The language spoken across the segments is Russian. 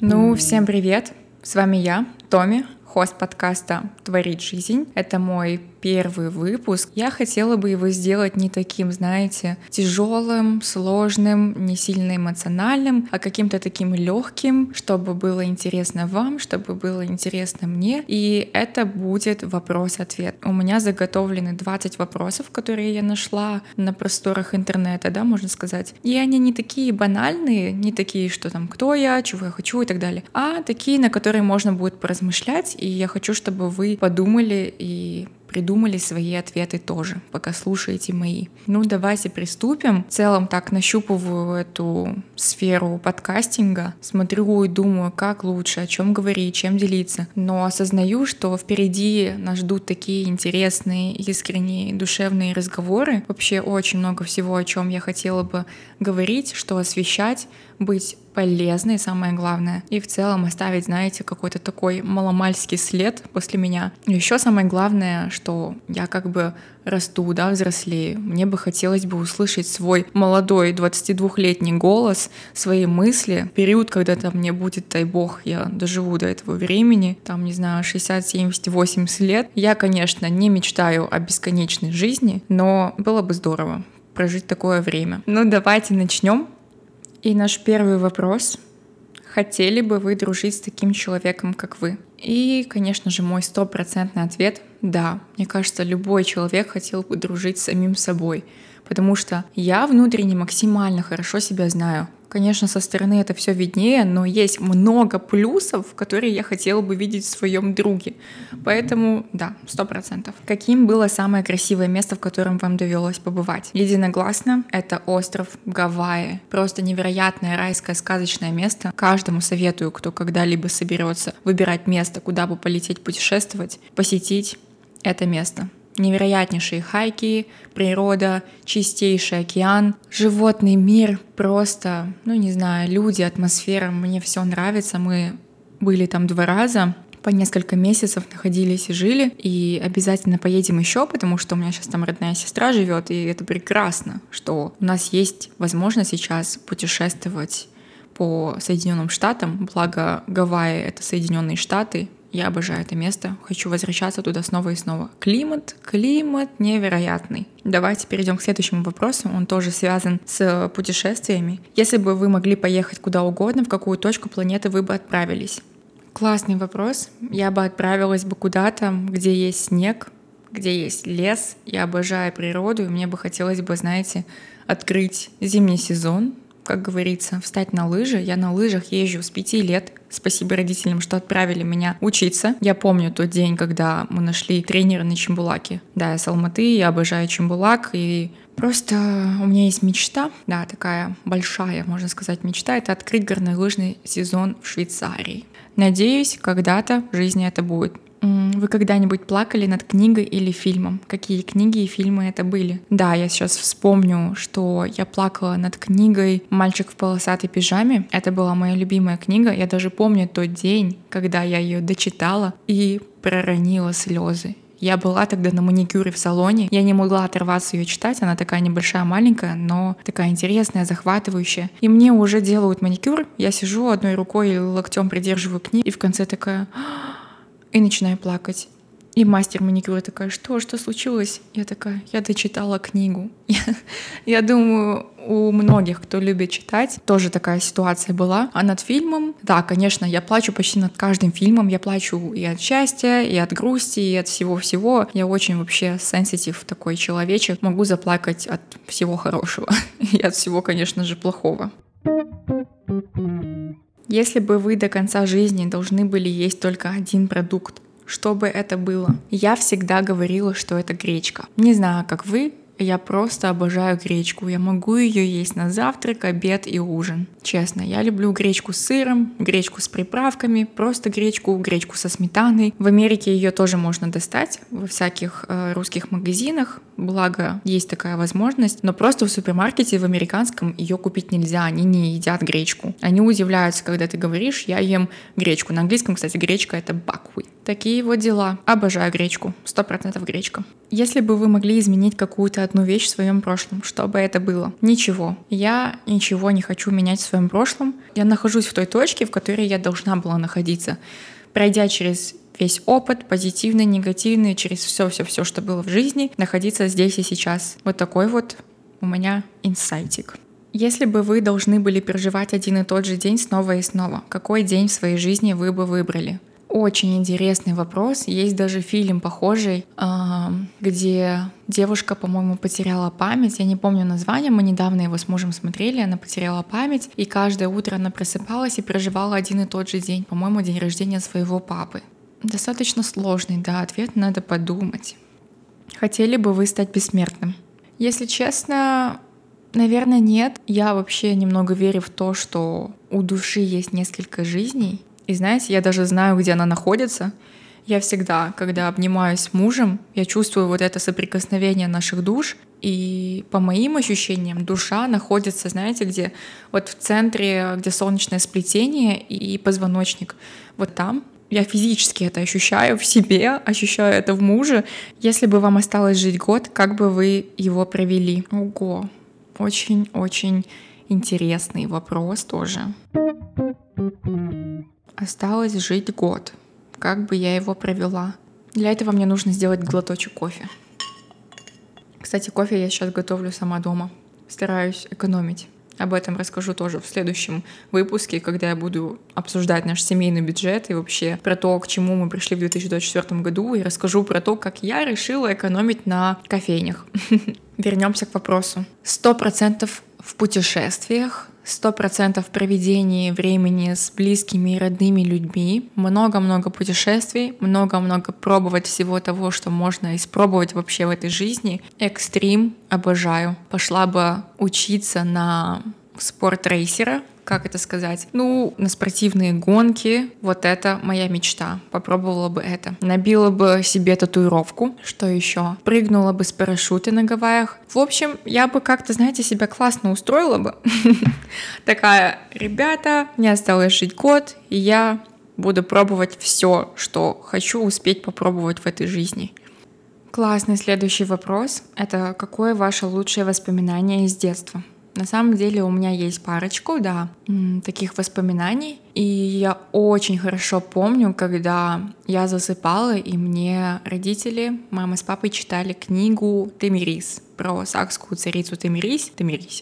Ну, всем привет! С вами я, Томи, хост подкаста «Творить жизнь». Это мой первый выпуск. Я хотела бы его сделать не таким, знаете, тяжелым, сложным, не сильно эмоциональным, а каким-то таким легким, чтобы было интересно вам, чтобы было интересно мне. И это будет вопрос-ответ. У меня заготовлены 20 вопросов, которые я нашла на просторах интернета, да, можно сказать. И они не такие банальные, не такие, что там кто я, чего я хочу и так далее, а такие, на которые можно будет поразмышлять. И я хочу, чтобы вы подумали и придумали свои ответы тоже, пока слушаете мои. Ну, давайте приступим. В целом так нащупываю эту сферу подкастинга, смотрю и думаю, как лучше, о чем говорить, чем делиться. Но осознаю, что впереди нас ждут такие интересные, искренние, душевные разговоры. Вообще очень много всего, о чем я хотела бы говорить, что освещать, быть полезной, самое главное, и в целом оставить, знаете, какой-то такой маломальский след после меня. И еще самое главное, что я как бы расту, да, взрослею. Мне бы хотелось бы услышать свой молодой 22-летний голос, свои мысли. Период, когда там мне будет, дай бог, я доживу до этого времени, там, не знаю, 60, 70, 80 лет. Я, конечно, не мечтаю о бесконечной жизни, но было бы здорово прожить такое время. Ну, давайте начнем. И наш первый вопрос. Хотели бы вы дружить с таким человеком, как вы? И, конечно же, мой стопроцентный ответ — да. Мне кажется, любой человек хотел бы дружить с самим собой, потому что я внутренне максимально хорошо себя знаю. Конечно, со стороны это все виднее, но есть много плюсов, которые я хотела бы видеть в своем друге. Поэтому, да, 100%. Каким было самое красивое место, в котором вам довелось побывать? Единогласно, это остров Гавайи. Просто невероятное райское сказочное место. Каждому советую, кто когда-либо соберется выбирать место, куда бы полететь путешествовать, посетить это место. Невероятнейшие хайки, природа, чистейший океан, животный мир, просто, не знаю, люди, атмосфера, мне все нравится. Мы были там 2 раза, по несколько месяцев находились и жили, и обязательно поедем еще, потому что у меня сейчас там родная сестра живет, и это прекрасно, что у нас есть возможность сейчас путешествовать по Соединенным Штатам, благо Гавайи — это Соединенные Штаты. Я обожаю это место, хочу возвращаться туда снова и снова. Климат невероятный. Давайте перейдем к следующему вопросу, он тоже связан с путешествиями. Если бы вы могли поехать куда угодно, в какую точку планеты вы бы отправились? Классный вопрос. Я бы отправилась бы куда-то, где есть снег, где есть лес. Я обожаю природу, и мне бы хотелось бы, знаете, открыть зимний сезон, как говорится, встать на лыжи. Я на лыжах езжу с 5 лет. Спасибо родителям, что отправили меня учиться. Я помню тот день, когда мы нашли тренера на Чимбулаке. Да, я с Алматы, я обожаю Чимбулак, и просто у меня есть мечта, да, такая большая, можно сказать, мечта — это открыть горнолыжный сезон в Швейцарии. Надеюсь, когда-то в жизни это будет. Вы когда-нибудь плакали над книгой или фильмом? Какие книги и фильмы это были? Да, я сейчас вспомню, что я плакала над книгой «Мальчик в полосатой пижаме». Это была моя любимая книга. Я даже помню тот день, когда я ее дочитала и проронила слезы. Я была тогда на маникюре в салоне, я не могла оторваться ее читать, она такая небольшая, маленькая, но такая интересная, захватывающая. И мне уже делают маникюр, я сижу одной рукой локтем придерживаю книгу, и в конце такая... И начинаю плакать. И мастер маникюра такая: что случилось? Я такая: я дочитала книгу. Я думаю, у многих, кто любит читать, тоже такая ситуация была. А над фильмом, да, конечно, я плачу почти над каждым фильмом. Я плачу и от счастья, и от грусти, и от всего-всего. Я очень вообще сенситив такой человечек. Могу заплакать от всего хорошего. И от всего, конечно же, плохого. Если бы вы до конца жизни должны были есть только один продукт, что бы это было? Я всегда говорила, что это гречка. Не знаю, как вы, я просто обожаю гречку. Я могу ее есть на завтрак, обед и ужин. Честно, я люблю гречку с сыром, гречку с приправками, просто гречку со сметаной. В Америке ее тоже можно достать во всяких русских магазинах. Благо, есть такая возможность. Но просто в супермаркете в американском ее купить нельзя. Они не едят гречку. Они удивляются, когда ты говоришь: я ем гречку. На английском, кстати, гречка — это buckwheat. Такие вот дела. Обожаю гречку. 100% гречка. Если бы вы могли изменить какую-то одну вещь в своем прошлом. Что бы это было? Ничего. Я ничего не хочу менять в своем прошлом. Я нахожусь в той точке, в которой я должна была находиться. Пройдя через весь опыт, позитивный, негативный, через все, что было в жизни, находиться здесь и сейчас. Вот такой вот у меня инсайтик. Если бы вы должны были переживать один и тот же день снова и снова, какой день в своей жизни вы бы выбрали? Очень интересный вопрос. Есть даже фильм похожий, где девушка, по-моему, потеряла память. Я не помню название, мы недавно его с мужем смотрели. Она потеряла память, и каждое утро она просыпалась и переживала один и тот же день, по-моему, день рождения своего папы. Достаточно сложный, да, ответ, надо подумать. Хотели бы вы стать бессмертным? Если честно, наверное, нет. Я вообще немного верю в то, что у души есть несколько жизней. И знаете, я даже знаю, где она находится. Я всегда, когда обнимаюсь с мужем, я чувствую вот это соприкосновение наших душ. И по моим ощущениям, душа находится, знаете, где? Вот в центре, где солнечное сплетение и позвоночник. Вот там. Я физически это ощущаю в себе, ощущаю это в муже. Если бы вам осталось жить год, как бы вы его провели? Ого, очень-очень интересный вопрос тоже. Осталось жить год. Как бы я его провела? Для этого мне нужно сделать глоточек кофе. Кстати, кофе я сейчас готовлю сама дома. Стараюсь экономить. Об этом расскажу тоже в следующем выпуске, когда я буду обсуждать наш семейный бюджет и вообще про то, к чему мы пришли в 2024 году, и расскажу про то, как я решила экономить на кофейнях. Вернемся к вопросу. 100% в путешествиях, 100% в проведении времени с близкими и родными людьми, много-много путешествий, много-много пробовать всего того, что можно испробовать вообще в этой жизни. Экстрим обожаю. Пошла бы учиться на спортрейсера, как это сказать? На спортивные гонки. Вот это моя мечта. Попробовала бы это. Набила бы себе татуировку. Что еще? Прыгнула бы с парашюта на Гавайях. В общем, я бы как-то, знаете, себя классно устроила бы. Такая: ребята, мне осталось жить год, и я буду пробовать все, что хочу успеть попробовать в этой жизни. Классный следующий вопрос. Это какое ваше лучшее воспоминание из детства? На самом деле у меня есть парочку, да, таких воспоминаний. И я очень хорошо помню, когда я засыпала, и мне родители, мама с папой, читали книгу «Томирис» про сакскую царицу Томирис,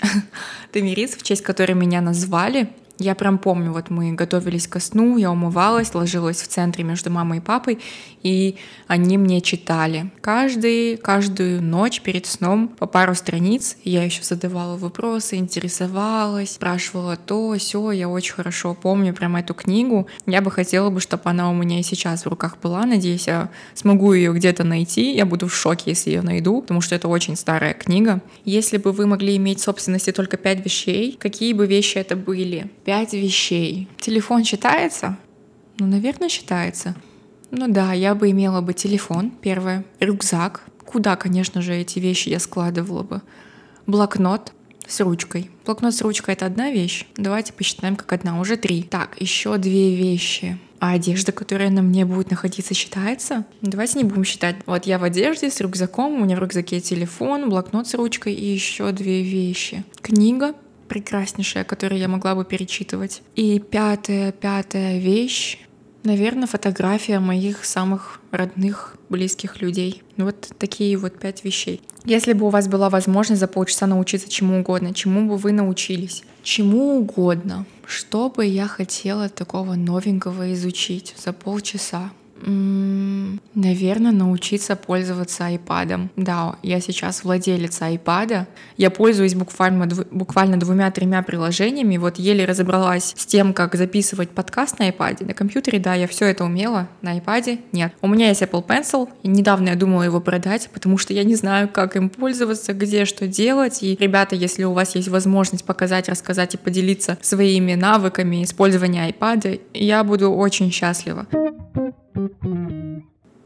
в честь которой меня назвали. Я прям помню, вот мы готовились ко сну, я умывалась, ложилась в центре между мамой и папой, и они мне читали. Каждую ночь перед сном по пару страниц. Я еще задавала вопросы, интересовалась, спрашивала то, сё. Я очень хорошо помню прям эту книгу. Я бы хотела, чтобы она у меня и сейчас в руках была. Надеюсь, я смогу ее где-то найти. Я буду в шоке, если ее найду, потому что это очень старая книга. Если бы вы могли иметь в собственности только 5 вещей, какие бы вещи это были? 5 вещей. Телефон считается? Наверное, считается. Да, я бы имела бы телефон, первое. Рюкзак. Куда, конечно же, эти вещи я складывала бы? Блокнот с ручкой. Блокнот с ручкой — это одна вещь. Давайте посчитаем как одна. Уже 3. Так, еще 2 вещи. А одежда, которая на мне будет находиться, считается? Давайте не будем считать. Вот я в одежде с рюкзаком, у меня в рюкзаке телефон, блокнот с ручкой и еще 2 вещи. Книга прекраснейшая, которую я могла бы перечитывать. И пятая вещь, наверное, фотография моих самых родных, близких людей. Вот такие вот 5 вещей. Если бы у вас была возможность за полчаса научиться чему угодно, чему бы вы научились? Чему угодно. Что бы я хотела такого новенького изучить за полчаса? Наверное, научиться пользоваться айпадом. Да, я сейчас владелица айпада. Я пользуюсь буквально 2-3 приложениями. Вот еле разобралась с тем, как записывать подкаст на айпаде. На компьютере, да, я все это умела. На айпаде нет. У меня есть Apple Pencil. И недавно я думала его продать, потому что я не знаю, как им пользоваться, где что делать. И, ребята, если у вас есть возможность показать, рассказать и поделиться своими навыками использования айпада, я буду очень счастлива.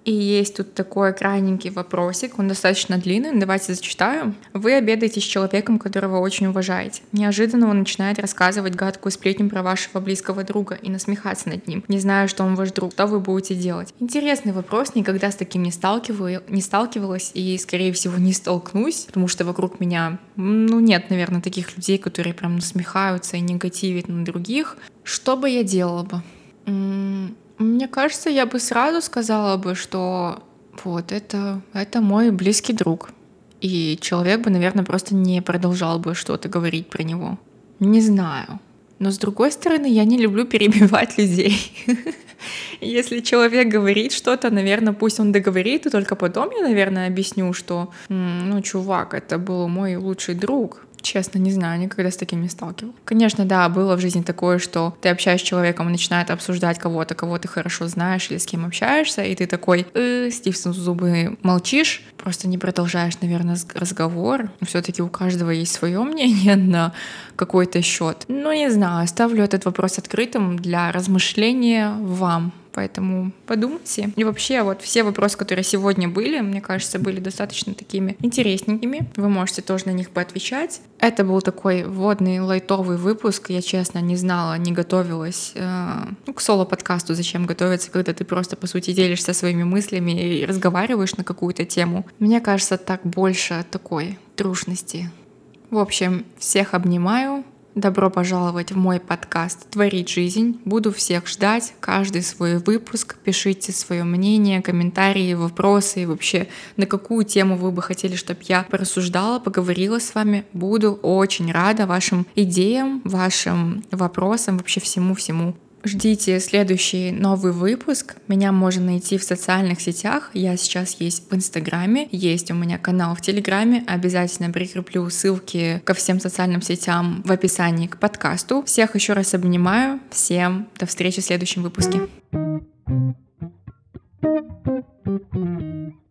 И есть тут такой крайненький вопросик, он достаточно длинный, давайте зачитаю. Вы обедаете с человеком, которого очень уважаете. Неожиданно он начинает рассказывать гадкую сплетню про вашего близкого друга и насмехаться над ним. Не знаю, что он ваш друг, что вы будете делать? Интересный вопрос, никогда с таким не сталкивалась и, скорее всего, не столкнусь, потому что вокруг меня, нет, наверное, таких людей, которые прям насмехаются и негативят на других. Что бы я делала бы? Мне кажется, я бы сразу сказала бы, что вот это мой близкий друг. И человек бы, наверное, просто не продолжал бы что-то говорить про него. Не знаю. Но с другой стороны, я не люблю перебивать людей. Если человек говорит что-то, наверное, пусть он договорит, и только потом я, наверное, объясню, что, чувак, это был мой лучший друг. Честно, не знаю, никогда с таким не сталкивалась. Конечно, да, было в жизни такое, что ты общаешься с человеком, он начинает обсуждать кого-то, кого ты хорошо знаешь или с кем общаешься, и ты такой, стиснув зубы, молчишь, просто не продолжаешь, наверное, разговор. Все-таки у каждого есть свое мнение на какой-то счет. Но не знаю, оставлю этот вопрос открытым для размышления вам. Поэтому подумайте. И вообще, вот все вопросы, которые сегодня были, мне кажется, были достаточно такими интересненькими. Вы можете тоже на них поотвечать. Это был такой вводный лайтовый выпуск. Я, честно, не знала, не готовилась к соло-подкасту. Зачем готовиться, когда ты просто, по сути, делишься своими мыслями и разговариваешь на какую-то тему. Мне кажется, так больше такой трушности. В общем, всех обнимаю. Добро пожаловать в мой подкаст «Творить жизнь». Буду всех ждать, каждый свой выпуск. Пишите свое мнение, комментарии, вопросы и вообще на какую тему вы бы хотели, чтобы я порассуждала, поговорила с вами. Буду очень рада вашим идеям, вашим вопросам, вообще всему-всему. Ждите следующий новый выпуск. Меня можно найти в социальных сетях. Я сейчас есть в Инстаграме, есть у меня канал в Телеграме. Обязательно прикреплю ссылки ко всем социальным сетям в описании к подкасту. Всех еще раз обнимаю. Всем до встречи в следующем выпуске.